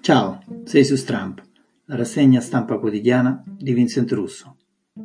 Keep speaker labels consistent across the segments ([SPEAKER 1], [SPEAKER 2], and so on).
[SPEAKER 1] Ciao, sei su Stramp, la rassegna stampa quotidiana di Vincent Russo.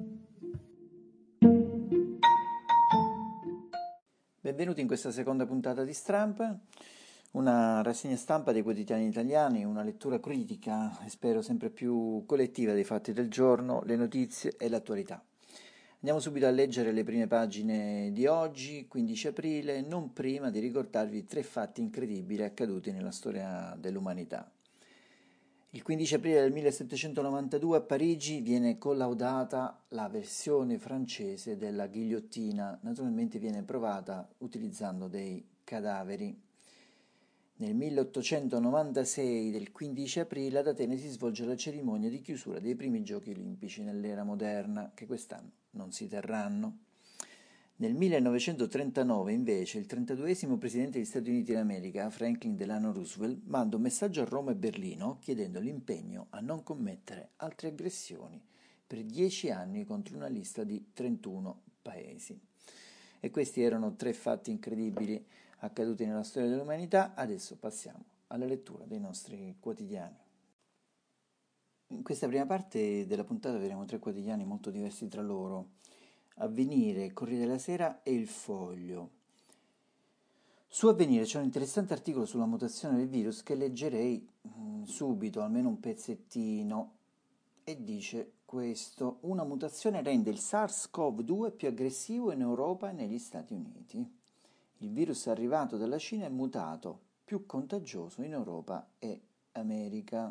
[SPEAKER 2] Benvenuti in questa seconda puntata di Stramp, una rassegna stampa dei quotidiani italiani, una lettura critica e spero sempre più collettiva dei fatti del giorno, le notizie e l'attualità. Andiamo subito a leggere le prime pagine di oggi, 15 aprile, non prima di ricordarvi 3 fatti incredibili accaduti nella storia dell'umanità. Il 15 aprile del 1792 a Parigi viene collaudata la versione francese della ghigliottina, naturalmente viene provata utilizzando dei cadaveri. Nel 1896 del 15 aprile ad Atene si svolge la cerimonia di chiusura dei primi giochi olimpici nell'era moderna, che quest'anno non si terranno. Nel 1939, invece, il 32esimo presidente degli Stati Uniti d'America, Franklin Delano Roosevelt, manda un messaggio a Roma e Berlino chiedendo l'impegno a non commettere altre aggressioni per 10 anni contro una lista di 31 paesi. E questi erano 3 fatti incredibili accaduti nella storia dell'umanità. Adesso passiamo alla lettura dei nostri quotidiani. In questa prima parte della puntata vedremo 3 quotidiani molto diversi tra loro. Avvenire, Corriere della Sera e Il Foglio. Su Avvenire c'è un interessante articolo sulla mutazione del virus che leggerei subito, almeno un pezzettino, e dice questo: una mutazione rende il SARS-CoV-2 più aggressivo in Europa e negli Stati Uniti. Il virus arrivato dalla Cina è mutato, più contagioso in Europa e America.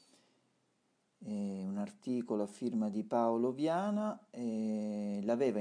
[SPEAKER 2] Un articolo a firma di Paolo Viana, l'aveva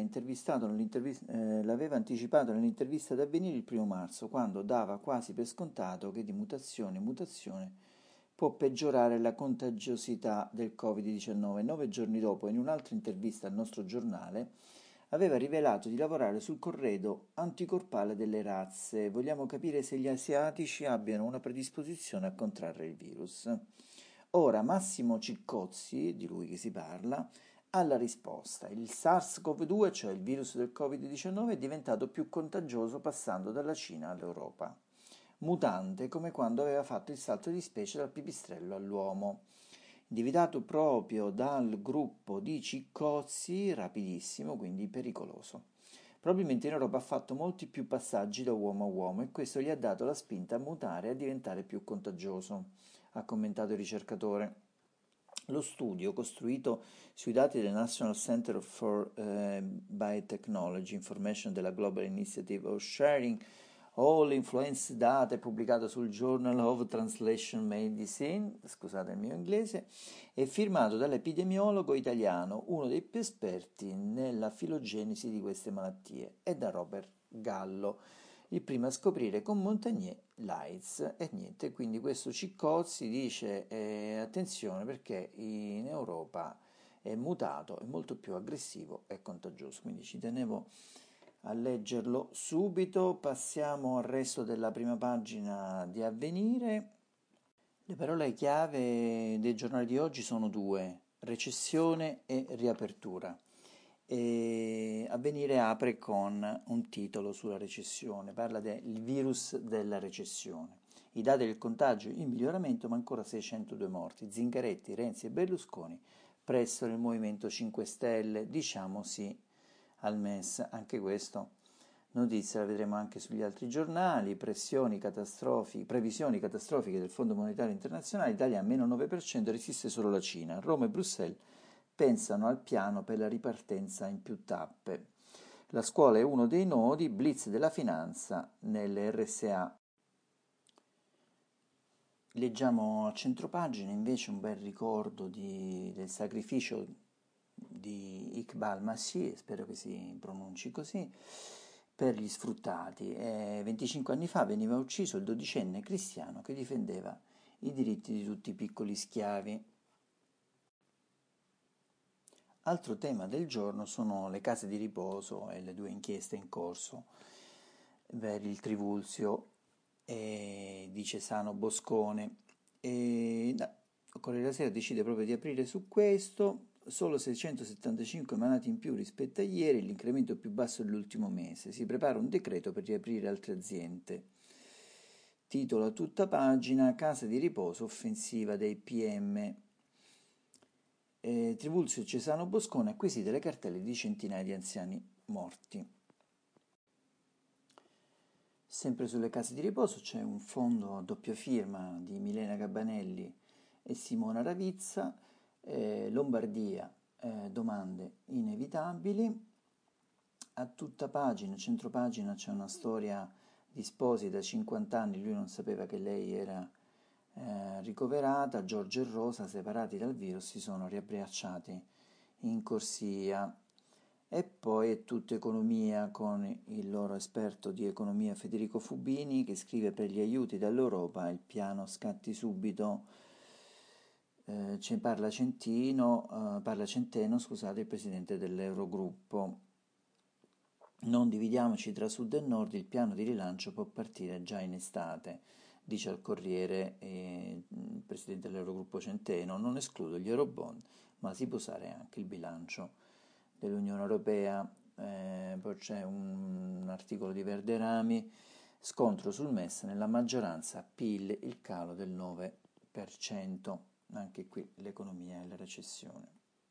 [SPEAKER 2] anticipato nell'intervista ad Avvenire il 1 marzo, quando dava quasi per scontato che di mutazione in mutazione può peggiorare la contagiosità del Covid-19. 9 giorni dopo, in un'altra intervista al nostro giornale, aveva rivelato di lavorare sul corredo anticorpale delle razze. Vogliamo capire se gli asiatici abbiano una predisposizione a contrarre il virus. Ora Massimo Ciccozzi, di lui che si parla, ha la risposta. Il SARS-CoV-2, cioè il virus del Covid-19, è diventato più contagioso passando dalla Cina all'Europa. Mutante come quando aveva fatto il salto di specie dal pipistrello all'uomo. Individuato proprio dal gruppo di Ciccozzi, rapidissimo, quindi pericoloso. Probabilmente in Europa ha fatto molti più passaggi da uomo a uomo e questo gli ha dato la spinta a mutare e a diventare più contagioso, ha commentato il ricercatore. Lo studio, costruito sui dati del National Center for Biotechnology Information della Global Initiative of Sharing All Influence Data, è pubblicato sul Journal of Translation Medicine, scusate il mio inglese, è firmato dall'epidemiologo italiano, uno dei più esperti nella filogenesi di queste malattie, e da Robert Gallo, il primo a scoprire con Montagnier l'AIDS. E niente, quindi questo Ciccozzi dice attenzione perché in Europa è mutato, è molto più aggressivo e contagioso, quindi ci tenevo a leggerlo subito. Passiamo al resto della prima pagina di Avvenire. Le parole chiave dei giornali di oggi sono 2: recessione e riapertura. E Avvenire apre con un titolo sulla recessione, parla del virus della recessione. I dati del contagio in miglioramento, ma ancora 602 morti. Zingaretti, Renzi e Berlusconi presso il Movimento 5 Stelle, diciamo sì al MES. Anche questo notizia la vedremo anche sugli altri giornali. Previsioni catastrofiche del Fondo Monetario Internazionale. Italia a meno 9%, resiste solo la Cina. Roma e Bruxelles pensano al piano per la ripartenza in più tappe. La scuola è uno dei nodi, blitz della finanza nelle RSA. Leggiamo a centropagina invece un bel ricordo del sacrificio di Iqbal Masih, spero che si pronunci così, per gli sfruttati. 25 anni fa veniva ucciso il 12enne cristiano che difendeva i diritti di tutti i piccoli schiavi. Altro tema del giorno sono le case di riposo e le 2 inchieste in corso per il Trivulzio di Cesano Boscone. Corriere della Sera decide proprio di aprire su questo. Solo 675 manati in più rispetto a ieri, l'incremento più basso dell'ultimo mese. Si prepara un decreto per riaprire altre aziende. titolo a tutta pagina: Casa di riposo, offensiva dei PM. Trivulzio e Cesano Boscone, acquisite le cartelle di centinaia di anziani morti. Sempre sulle case di riposo c'è un fondo a doppia firma di Milena Gabanelli e Simona Ravizza, Lombardia, domande inevitabili. A tutta pagina, centropagina, c'è una storia di sposi da 50 anni, lui non sapeva che lei era ricoverata. Giorgio e Rosa, separati dal virus, si sono riabbracciati in corsia. E poi è tutta economia con il loro esperto di economia Federico Fubini, che scrive: per gli aiuti dall'Europa il piano scatti subito. Parla Centeno, il presidente dell'Eurogruppo. Non dividiamoci tra sud e nord, il piano di rilancio può partire già in estate, dice al Corriere il presidente dell'Eurogruppo Centeno. Non escludo gli Eurobond, ma si può usare anche il bilancio dell'Unione Europea. Poi c'è un articolo di Verderami: scontro sul MES, nella maggioranza PIL il calo del 9%. Anche qui l'economia e la recessione.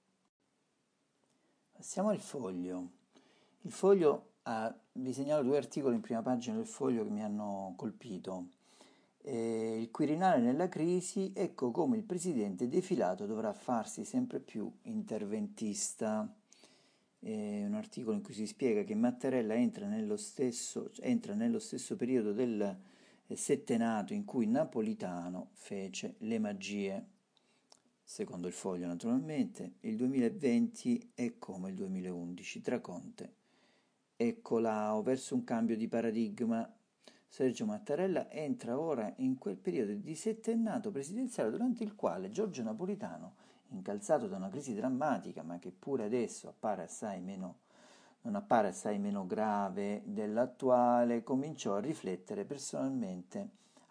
[SPEAKER 2] Passiamo al Foglio. Il Foglio vi segnalo 2 articoli in prima pagina del Foglio che mi hanno colpito. Il Quirinale nella crisi, ecco come il presidente defilato dovrà farsi sempre più interventista. Un articolo in cui si spiega che Mattarella entra nello stesso periodo del settenato in cui Napolitano fece le magie. Secondo il Foglio, naturalmente, il 2020 è come il 2011, tra Conte e Colao, verso un cambio di paradigma. Sergio Mattarella entra ora in quel periodo di settennato presidenziale durante il quale Giorgio Napolitano, incalzato da una crisi drammatica, ma che pure adesso non appare assai meno grave dell'attuale, cominciò a ritessere personalmente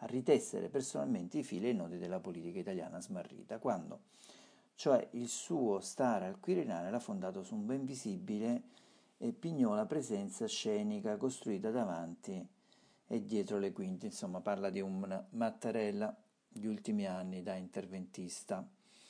[SPEAKER 2] i fili e i nodi della politica italiana smarrita, quando cioè il suo stare al Quirinale era fondato su un ben visibile e pignola presenza scenica costruita davanti e dietro le quinte. Insomma, parla di un Mattarella gli ultimi anni da interventista.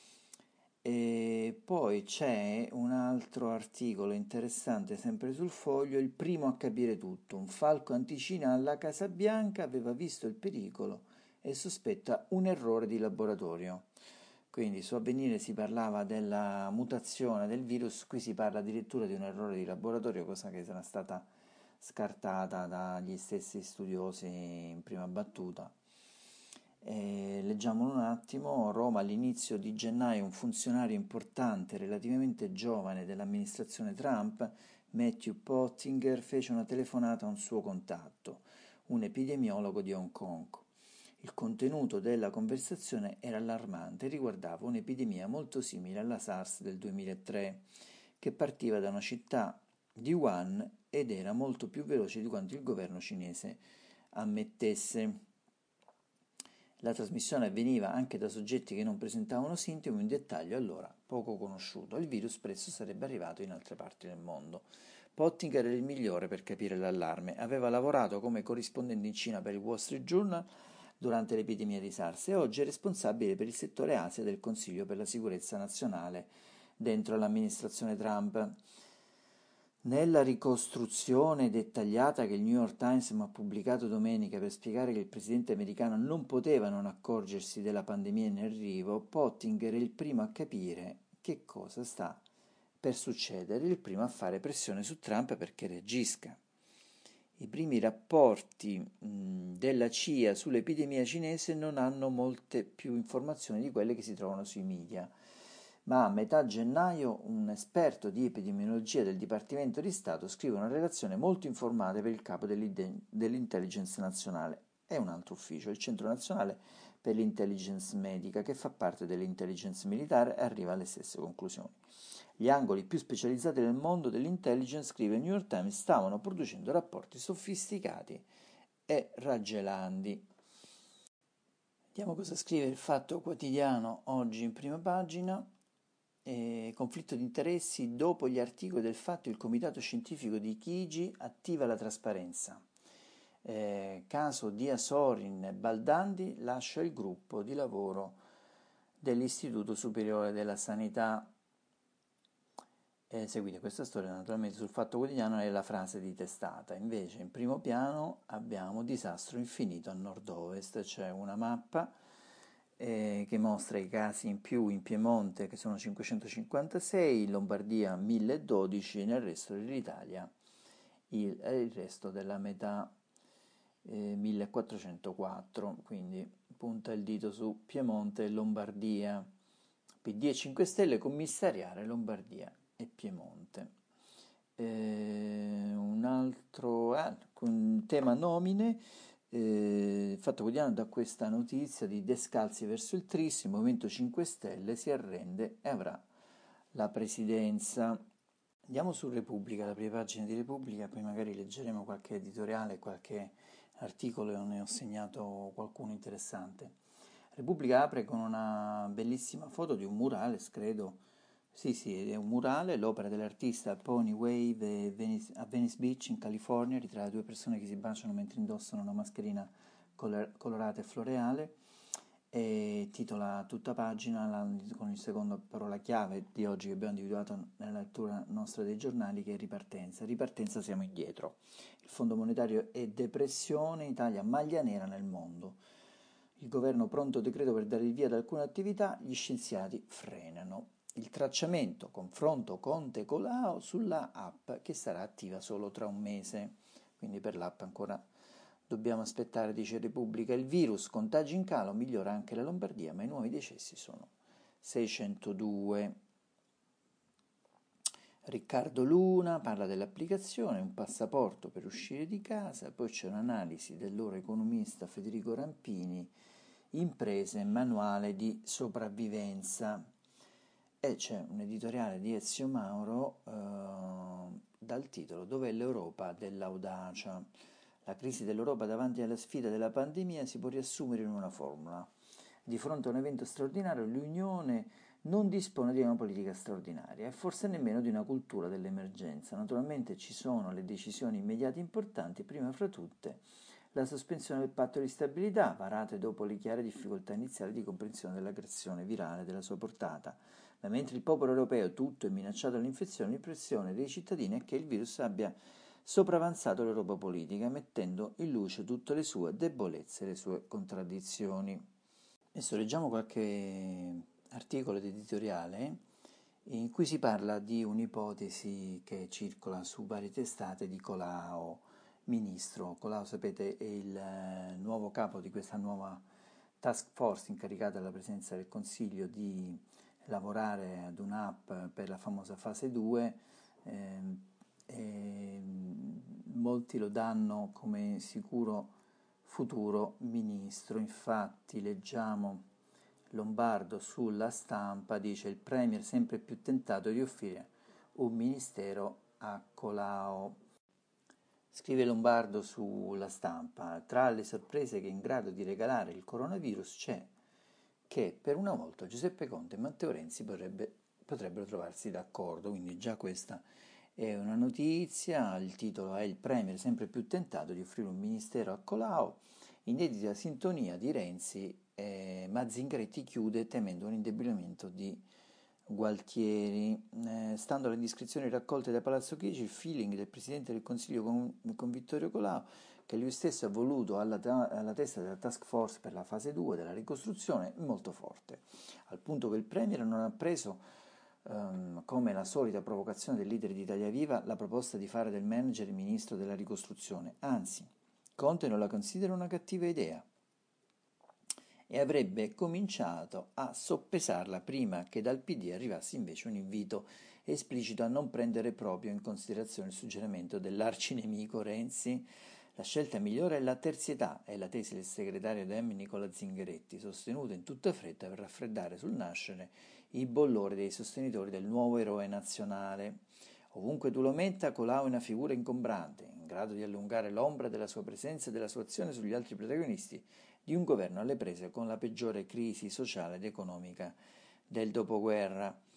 [SPEAKER 2] E poi c'è un altro articolo interessante sempre sul Foglio: il primo a capire tutto, un falco anticina alla Casa Bianca, aveva visto il pericolo e sospetta un errore di laboratorio. Quindi su Avvenire si parlava della mutazione del virus, qui si parla addirittura di un errore di laboratorio, cosa che sarà stata scartata dagli stessi studiosi in prima battuta. Leggiamolo un attimo. Roma, all'inizio di gennaio, un funzionario importante relativamente giovane dell'amministrazione Trump, Matthew Pottinger, fece una telefonata a un suo contatto, un epidemiologo di Hong Kong. Il contenuto della conversazione era allarmante e riguardava un'epidemia molto simile alla SARS del 2003, che partiva da una città di Wuhan ed era molto più veloce di quanto il governo cinese ammettesse. La trasmissione avveniva anche da soggetti che non presentavano sintomi, un dettaglio allora poco conosciuto. Il virus presto sarebbe arrivato in altre parti del mondo. Pottinger era il migliore per capire l'allarme. Aveva lavorato come corrispondente in Cina per il Wall Street Journal durante l'epidemia di SARS e oggi è responsabile per il settore Asia del Consiglio per la sicurezza nazionale dentro l'amministrazione Trump. Nella ricostruzione dettagliata che il New York Times ha pubblicato domenica per spiegare che il presidente americano non poteva non accorgersi della pandemia in arrivo, Pottinger è il primo a capire che cosa sta per succedere, il primo a fare pressione su Trump perché reagisca. I primi rapporti della CIA sull'epidemia cinese non hanno molte più informazioni di quelle che si trovano sui media, ma a metà gennaio un esperto di epidemiologia del Dipartimento di Stato scrive una relazione molto informata per il capo dell'Intelligence Nazionale e un altro ufficio, il Centro Nazionale per l'Intelligence Medica, che fa parte dell'intelligence militare, e arriva alle stesse conclusioni. Gli angoli più specializzati del mondo dell'intelligence, scrive il New York Times, stavano producendo rapporti sofisticati e raggelanti. Vediamo cosa scrive il Fatto Quotidiano oggi in prima pagina. Conflitto di interessi: dopo gli articoli del Fatto il comitato scientifico di Chigi attiva la trasparenza. caso Dia Sorin Baldandi lascia il gruppo di lavoro dell'Istituto Superiore della Sanità. Seguite questa storia naturalmente sul Fatto Quotidiano è la frase di testata. Invece in primo piano abbiamo disastro infinito a nord-ovest, c'è una mappa che mostra i casi in più in Piemonte, che sono 556, in Lombardia 1012, nel resto dell'Italia il resto della metà 1404, quindi punta il dito su Piemonte e Lombardia. PD e 5 Stelle commissariare Lombardia e Piemonte. Un altro tema nomine. Fatto Quotidiano da questa notizia di Descalzi verso il tris, il Movimento 5 Stelle si arrende e avrà la presidenza. Andiamo su Repubblica, la prima pagina di Repubblica, poi magari leggeremo qualche editoriale, qualche articolo, ne ho segnato qualcuno interessante. Repubblica apre con una bellissima foto di un murale, credo. Sì, è un murale, l'opera dell'artista Pony Wave a Venice Beach in California, ritrae due persone che si baciano mentre indossano una mascherina colorata e floreale, e titola tutta pagina con il secondo parola chiave di oggi che abbiamo individuato nella lettura nostra dei giornali, che è ripartenza. Ripartenza, siamo indietro. Il Fondo Monetario è depressione, Italia maglia nera nel mondo. Il governo pronto decreto per dare il via ad alcune attività, gli scienziati frenano. Il tracciamento, confronto Conte-Colao sulla app che sarà attiva solo tra un mese, quindi per l'app ancora dobbiamo aspettare, dice Repubblica. Il virus, contagi in calo, migliora anche la Lombardia, ma i nuovi decessi sono 602. Riccardo Luna parla dell'applicazione, un passaporto per uscire di casa, poi c'è un'analisi del loro economista Federico Rampini, imprese, manuale di sopravvivenza. E c'è un editoriale di Ezio Mauro dal titolo Dov'è l'Europa dell'audacia? La crisi dell'Europa davanti alla sfida della pandemia si può riassumere in una formula. Di fronte a un evento straordinario, l'Unione non dispone di una politica straordinaria e forse nemmeno di una cultura dell'emergenza. Naturalmente ci sono le decisioni immediate importanti, prima fra tutte la sospensione del patto di stabilità, varate dopo le chiare difficoltà iniziali di comprensione dell'aggressione virale e della sua portata. Ma mentre il popolo europeo tutto è minacciato dall'infezione, l'impressione dei cittadini è che il virus abbia sopravanzato l'Europa politica, mettendo in luce tutte le sue debolezze e le sue contraddizioni. Adesso leggiamo qualche articolo editoriale in cui si parla di un'ipotesi che circola su varie testate di Colao, ministro. Colao, sapete, è il nuovo capo di questa nuova task force incaricata dalla Presidenza del Consiglio di lavorare ad un'app per la famosa fase 2. Molti lo danno come sicuro futuro ministro. Infatti leggiamo Lombardo sulla Stampa, dice il premier sempre più tentato di offrire un ministero a Colao. Scrive Lombardo sulla Stampa, tra le sorprese che è in grado di regalare il coronavirus c'è che per una volta Giuseppe Conte e Matteo Renzi potrebbero trovarsi d'accordo, quindi già questa è una notizia. Il titolo è il premier sempre più tentato di offrire un ministero a Colao, inedita sintonia di Renzi, ma Zingaretti chiude temendo un indebolimento di Gualtieri. Stando alle indiscrezioni raccolte da Palazzo Chigi, il feeling del Presidente del Consiglio con Vittorio Colao, che lui stesso ha voluto alla testa della task force per la fase 2 della ricostruzione, è molto forte, al punto che il Premier non ha preso come la solita provocazione del leader di Italia Viva la proposta di fare del manager il ministro della ricostruzione, anzi Conte non la considera una cattiva idea e avrebbe cominciato a soppesarla prima che dal PD arrivasse invece un invito esplicito a non prendere proprio in considerazione il suggerimento dell'arcinemico Renzi. La scelta migliore è la terzietà, è la tesi del segretario Dem Nicola Zingaretti, sostenuta in tutta fretta per raffreddare sul nascere i bollori dei sostenitori del nuovo eroe nazionale. Ovunque tu lo metta, Colao è una figura ingombrante, in grado di allungare l'ombra della sua presenza e della sua azione sugli altri protagonisti di un governo alle prese con la peggiore crisi sociale ed economica del dopoguerra.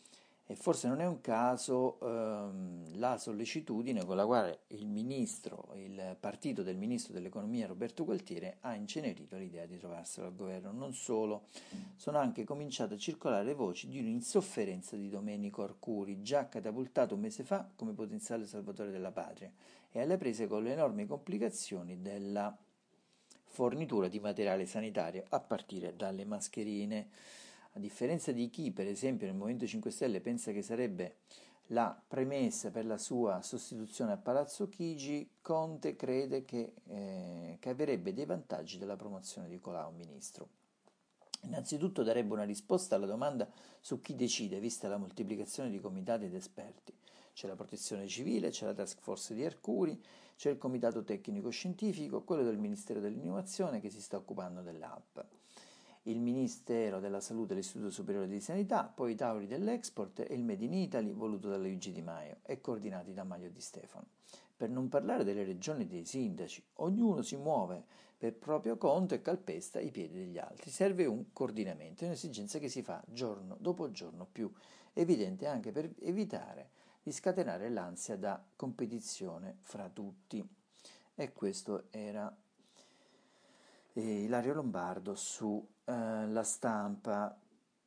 [SPEAKER 2] E forse non è un caso la sollecitudine con la quale il partito del ministro dell'economia Roberto Gualtieri ha incenerito l'idea di trovarselo al governo. Non solo, sono anche cominciate a circolare voci di un'insofferenza di Domenico Arcuri, già catapultato un mese fa come potenziale salvatore della patria, e alle prese con le enormi complicazioni della fornitura di materiale sanitario, a partire dalle mascherine. A differenza di chi, per esempio, nel Movimento 5 Stelle pensa che sarebbe la premessa per la sua sostituzione a Palazzo Chigi, Conte crede che avrebbe dei vantaggi della promozione di Colao ministro. Innanzitutto darebbe una risposta alla domanda su chi decide, vista la moltiplicazione di comitati ed esperti. C'è la protezione civile, c'è la task force di Arcuri, c'è il comitato tecnico-scientifico, quello del Ministero dell'Innovazione che si sta occupando dell'app, il Ministero della Salute e l'Istituto Superiore di Sanità, poi i tavoli dell'Export e il Made in Italy voluto da Luigi Di Maio e coordinati da Maio Di Stefano. Per non parlare delle regioni e dei sindaci, ognuno si muove per proprio conto e calpesta i piedi degli altri. Serve un coordinamento, è un'esigenza che si fa giorno dopo giorno più evidente anche per evitare di scatenare l'ansia da competizione fra tutti. E questo era Ilario Lombardo su La Stampa.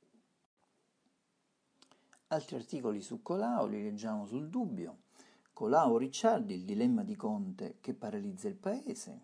[SPEAKER 2] Altri articoli su Colao li leggiamo sul Dubbio. Colao Ricciardi, il dilemma di Conte che paralizza il paese.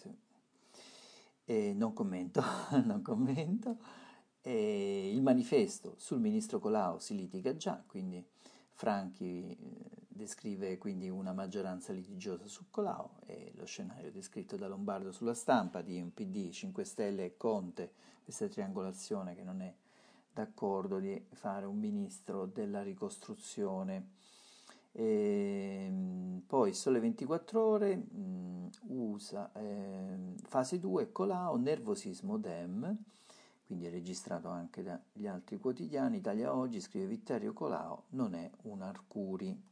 [SPEAKER 2] Non commento, non commento. Il manifesto sul ministro Colao si litiga già, quindi Franchi descrive quindi una maggioranza litigiosa su Colao e lo scenario descritto da Lombardo sulla Stampa di un PD, 5 Stelle e Conte, questa triangolazione che non è d'accordo di fare un ministro della ricostruzione. Poi Sole 24 Ore, USA, fase 2, Colao, nervosismo Dem, quindi è registrato anche dagli altri quotidiani. Italia Oggi scrive Vittorio Colao non è un Arcuri.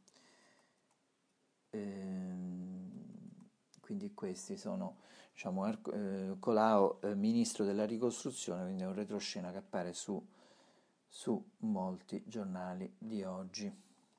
[SPEAKER 2] Quindi questi sono, diciamo, Colao, ministro della ricostruzione, quindi è un retroscena che appare su molti giornali di oggi.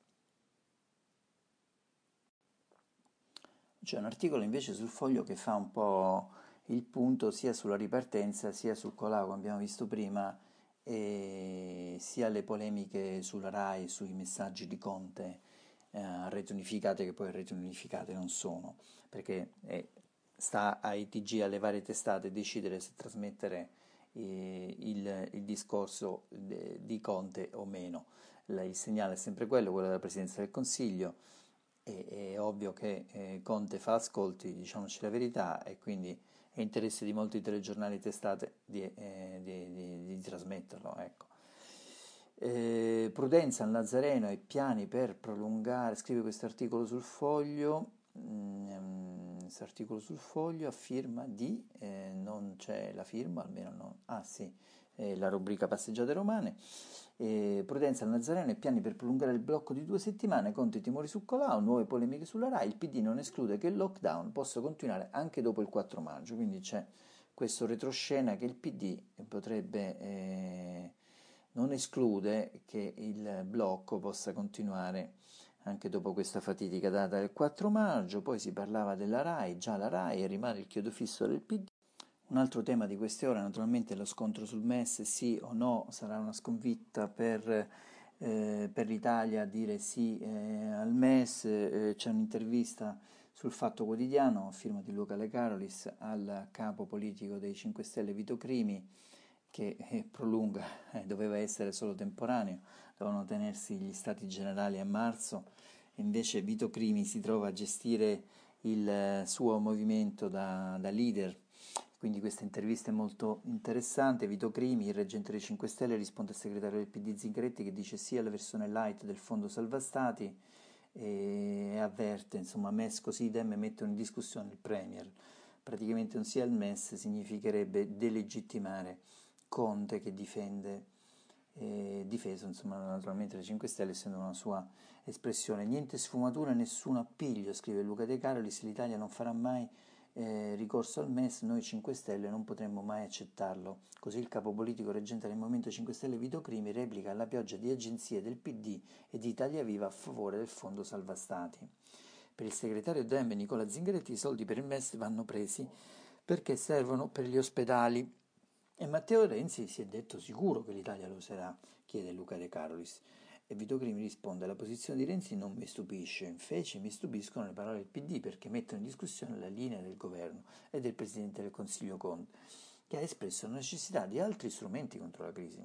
[SPEAKER 2] C'è un articolo invece sul Foglio che fa un po' il punto sia sulla ripartenza sia su Colao, come abbiamo visto prima, e sia le polemiche sulla RAI, sui messaggi di Conte rete unificate, che poi rete unificate non sono, perché sta ai TG, alle varie testate, decidere se trasmettere il discorso di Conte o meno. Il segnale è sempre quello della Presidenza del Consiglio. È ovvio che Conte fa ascolti, diciamoci la verità, e quindi è interesse di molti telegiornali e testate di trasmetterlo. Ecco. Prudenza al Nazareno e piani per prolungare, scrive questo articolo sul Foglio, a firma di, non c'è la firma, almeno no, la rubrica Passeggiate Romane. Prudenza al Nazareno e piani per prolungare il blocco di 2 settimane, Conte i timori su Colau, nuove polemiche sulla RAI, il PD non esclude che il lockdown possa continuare anche dopo il 4 maggio, quindi c'è questo retroscena che il PD potrebbe, non esclude che il blocco possa continuare anche dopo questa fatidica data del 4 maggio, poi si parlava della RAI, già la RAI rimane il chiodo fisso del PD. Un altro tema di queste ore naturalmente è lo scontro sul MES, sì o no, sarà una sconfitta per l'Italia dire sì al MES. C'è un'intervista sul Fatto Quotidiano, firma di Luca Le Carolis, al capo politico dei 5 Stelle Vito Crimi, che prolunga, doveva essere solo temporaneo, dovevano tenersi gli stati generali a marzo, e invece Vito Crimi si trova a gestire il suo movimento da leader. Quindi questa intervista è molto interessante. Vito Crimi, il reggente dei 5 Stelle, risponde al segretario del PD Zingaretti che dice sì alla versione light del fondo salva stati e avverte, insomma, MES così idem mettono in discussione il Premier. Praticamente un sì al MES significherebbe delegittimare Conte che difeso, insomma, naturalmente le 5 Stelle essendo una sua espressione. Niente sfumatura, nessun appiglio, scrive Luca De Carolis, l'Italia non farà mai ricorso al MES, noi 5 Stelle non potremmo mai accettarlo. Così il capo politico reggente del Movimento 5 Stelle Vito Crimi replica alla pioggia di agenzie del PD e di Italia Viva a favore del fondo salva stati. Per il segretario Dem e Nicola Zingaretti i soldi per il MES vanno presi perché servono per gli ospedali. E Matteo Renzi si è detto sicuro che l'Italia lo userà, chiede Luca De Carolis. E Vito Crimi risponde: la posizione di Renzi non mi stupisce, invece mi stupiscono le parole del PD perché mettono in discussione la linea del governo e del Presidente del Consiglio Conte, che ha espresso la necessità di altri strumenti contro la crisi.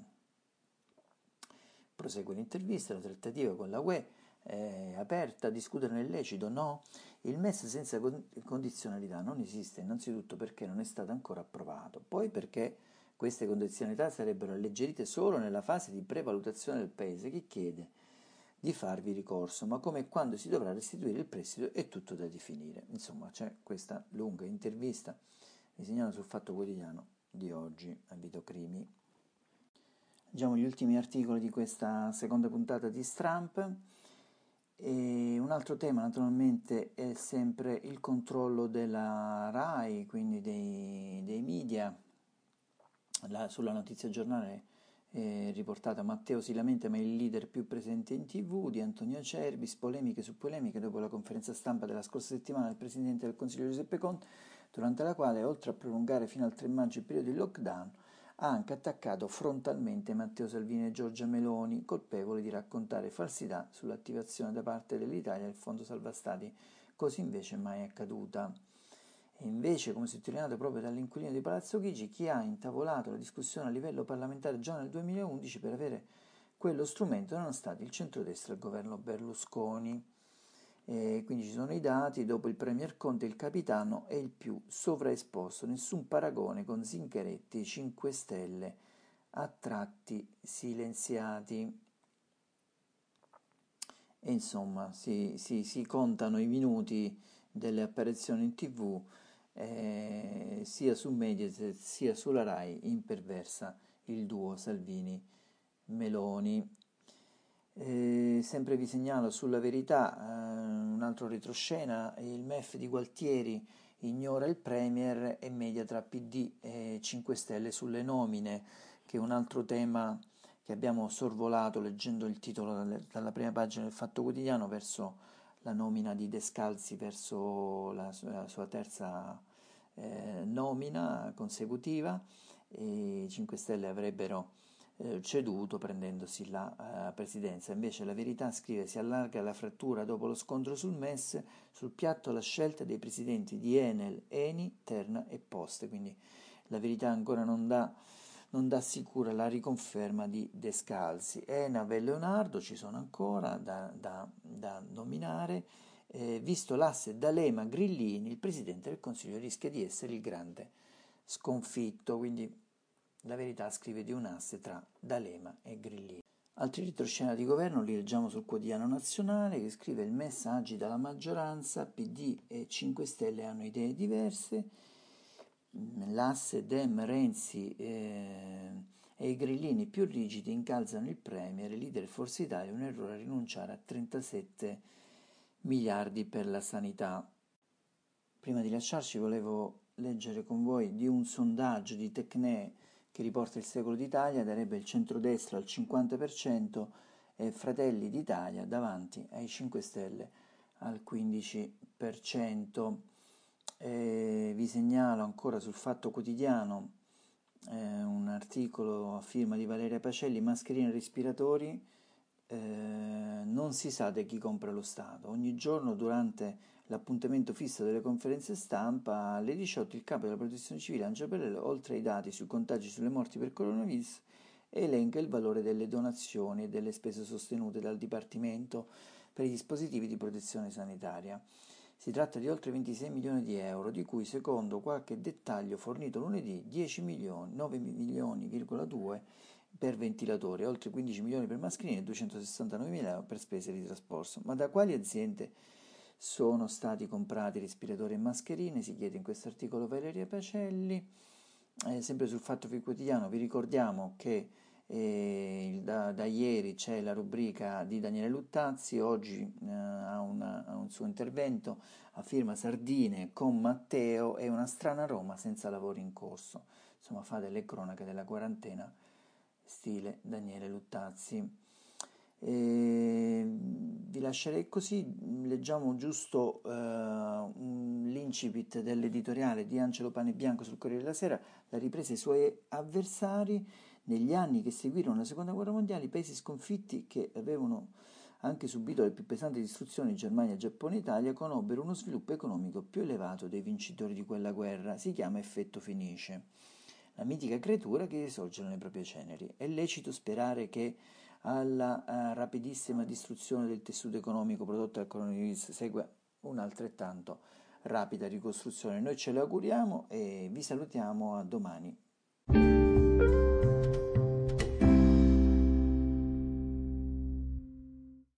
[SPEAKER 2] Prosegue l'intervista, la trattativa con la UE è aperta, discutere il lecito, no? Il MES senza condizionalità non esiste, innanzitutto perché non è stato ancora approvato, poi perché queste condizionalità sarebbero alleggerite solo nella fase di prevalutazione del Paese che chiede di farvi ricorso, ma come e quando si dovrà restituire il prestito è tutto da definire. Insomma, c'è questa lunga intervista disegnata sul Fatto Quotidiano di oggi a Vito Crimi. Leggiamo gli ultimi articoli di questa seconda puntata di Stramp. E un altro tema naturalmente è sempre il controllo della RAI, quindi dei media. Sulla notizia giornale è riportata Matteo si lamenta ma è il leader più presente in TV di Antonio Cerbis, polemiche su polemiche dopo la conferenza stampa della scorsa settimana del Presidente del Consiglio Giuseppe Conte, durante la quale, oltre a prolungare fino al 3 maggio il periodo di lockdown, ha anche attaccato frontalmente Matteo Salvini e Giorgia Meloni, colpevoli di raccontare falsità sull'attivazione da parte dell'Italia del Fondo Salva Stati, così invece mai accaduta. E invece, come sottolineato proprio dall'inquilino di Palazzo Chigi, chi ha intavolato la discussione a livello parlamentare già nel 2011 per avere quello strumento erano stati il centrodestra e il governo Berlusconi. E quindi ci sono i dati: dopo il Premier Conte il capitano è il più sovraesposto, nessun paragone con Zingaretti, 5 Stelle, a tratti silenziati. E insomma si contano i minuti delle apparizioni in TV, sia su Mediaset sia sulla Rai imperversa il duo Salvini-Meloni. Sempre vi segnalo sulla Verità un altro retroscena: il MEF di Gualtieri ignora il Premier e media tra PD e 5 Stelle sulle nomine, che è un altro tema che abbiamo sorvolato leggendo il titolo dalla prima pagina del Fatto Quotidiano, verso la nomina di Descalzi, verso la sua terza nomina consecutiva. E i 5 Stelle avrebbero ceduto prendendosi la presidenza. Invece la Verità scrive: si allarga la frattura dopo lo scontro sul MES, sul piatto la scelta dei presidenti di Enel, Eni, Terna e Poste. Quindi la Verità ancora non dà sicura la riconferma di Descalzi. Enav e Leonardo ci sono ancora da nominare. Visto l'asse D'Alema-Grillini, il Presidente del Consiglio rischia di essere il grande sconfitto. Quindi la Verità scrive di un asse tra D'Alema e Grillini. Altri retroscena di governo li leggiamo sul Quotidiano Nazionale, che scrive: il MES agita la maggioranza, PD e 5 Stelle hanno idee diverse. L'asse Dem-Renzi e i grillini più rigidi incalzano il Premier, leader Forza Italia, un errore a rinunciare a 37 miliardi per la sanità. Prima di lasciarci volevo leggere con voi di un sondaggio di Tecne che riporta Il Secolo d'Italia: darebbe il centrodestra al 50% e Fratelli d'Italia davanti ai 5 Stelle al 15%. Vi segnalo ancora sul Fatto Quotidiano un articolo a firma di Valeria Pacelli: mascherine e respiratori, non si sa da chi compra lo Stato. Ogni giorno durante l'appuntamento fisso delle conferenze stampa alle 18 il capo della protezione civile Angelo Pellello, oltre ai dati sui contagi e sulle morti per coronavirus, elenca il valore delle donazioni e delle spese sostenute dal Dipartimento per i dispositivi di protezione sanitaria. Si tratta di oltre 26 milioni di euro, di cui, secondo qualche dettaglio fornito lunedì, 10 milioni, 9 milioni,2 per ventilatori, oltre 15 milioni per mascherine e 269 mila euro per spese di trasporto. Ma da quali aziende sono stati comprati respiratori e mascherine? Si chiede in questo articolo Valeria Pacelli. Sempre sul Fatto Quotidiano vi ricordiamo che Da ieri c'è la rubrica di Daniele Luttazzi, oggi ha un suo intervento a firma Sardine con Matteo e una strana Roma senza lavoro in corso. Insomma, fa delle cronache della quarantena, stile Daniele Luttazzi. Vi lascerei così, leggiamo giusto l'incipit dell'editoriale di Angelo Panebianco sul Corriere della Sera, la ripresa ai suoi avversari. Negli anni che seguirono la Seconda Guerra Mondiale, i paesi sconfitti, che avevano anche subito le più pesanti distruzioni, Germania, Giappone e Italia, conobbero uno sviluppo economico più elevato dei vincitori di quella guerra. Si chiama effetto Fenice, la mitica creatura che risorge nelle proprie ceneri. È lecito sperare che alla rapidissima distruzione del tessuto economico prodotta dal coronavirus segua un'altrettanto rapida ricostruzione. Noi ce lo auguriamo e vi salutiamo, a domani.